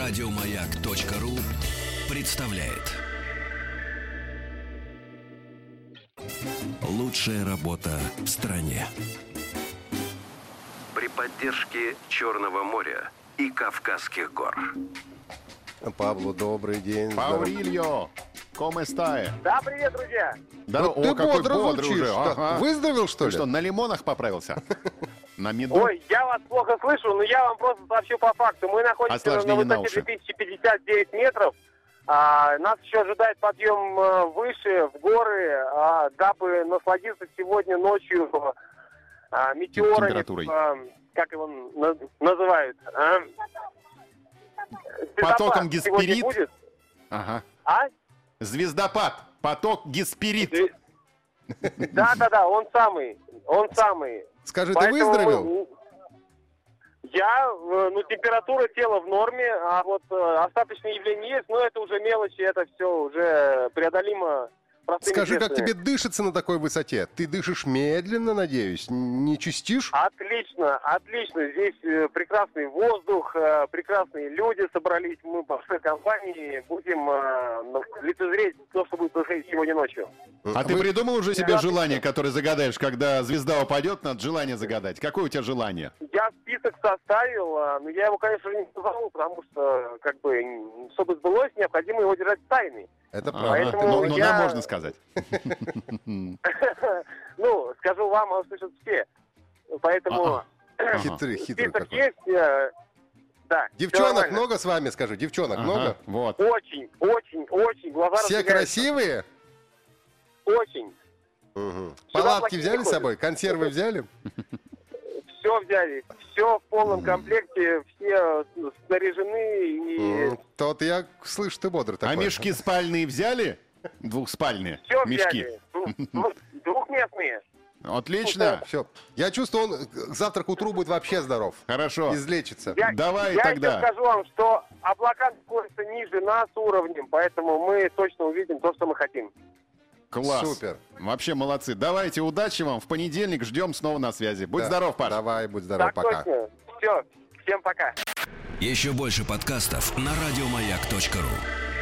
Радиомаяк.ру представляет. Лучшая работа в стране. При поддержке Черного моря и Кавказских гор. Пабло, добрый день. Паурильо, come stai? Да, привет, друзья! Здорово. Ты О, какой бодро бодрый звучишь. уже. Ага. Выздоровел, что Ты ли? что, на лимонах поправился? На меду? Ой, я вас плохо слышу, но я вам просто сообщу по факту. Мы находимся Осложнение на на высоте уши. 2059 метров. Нас еще ожидает подъем выше, в горы, дабы насладиться сегодня ночью метеорами, Температурой. как его называют. Потоком Звездопад сегодня Гесперид? будет. Ага. А? Поток Гесперид. Да, он самый. Скажи, ты Поэтому выздоровел? температура тела в норме, а вот остаточные явления есть, но это уже мелочи, это все уже преодолимо простыми Скажи, как средствами. тебе дышится на такой высоте? Ты дышишь медленно, надеюсь? Не чистишь? Отлично. Здесь прекрасный воздух, прекрасные люди собрались. Мы по всей компании будем лицезреть то, что будет происходить сегодня ночью. А ты Вы- придумал уже себе желание, которое загадаешь, когда звезда упадет, надо желание загадать? Какое у тебя желание? Я список составил, но я его, конечно же, не назову, потому что, чтобы сбылось, необходимо его держать тайной. Это Ага. правда. Поэтому Но я- нам можно сказать. Скажу вам, а услышат все. Поэтому Ага. Хитрый список какой. есть. Да. всё Девчонок нормально. много с вами, скажи? Девчонок Ага, много? вот. Очень. Глаза Все разбегаются. красивые? Очень. Угу. Сюда Палатки плохие взяли с ходят. собой? Консервы взяли? Все взяли. Все в полном комплекте. Все снаряжены. И То-то я слышу, ты бодрый такой. А мешки спальные взяли? Двухспальные все мешки. взяли. Двухместные. Отлично. Все. Я чувствую, он завтра к утру будет вообще здоров. Хорошо. Излечится. Давай я тогда. еще скажу вам, что облака находятся ниже нас уровнем, поэтому мы точно увидим то, что мы хотим. Класс. Супер. Вообще молодцы. Давайте, удачи вам. В понедельник ждем снова на связи. Будь Да. здоров, Паш. Давай, будь здоров, Так пока. точно. Все. Всем пока. Еще больше подкастов на радиомаяк.ру.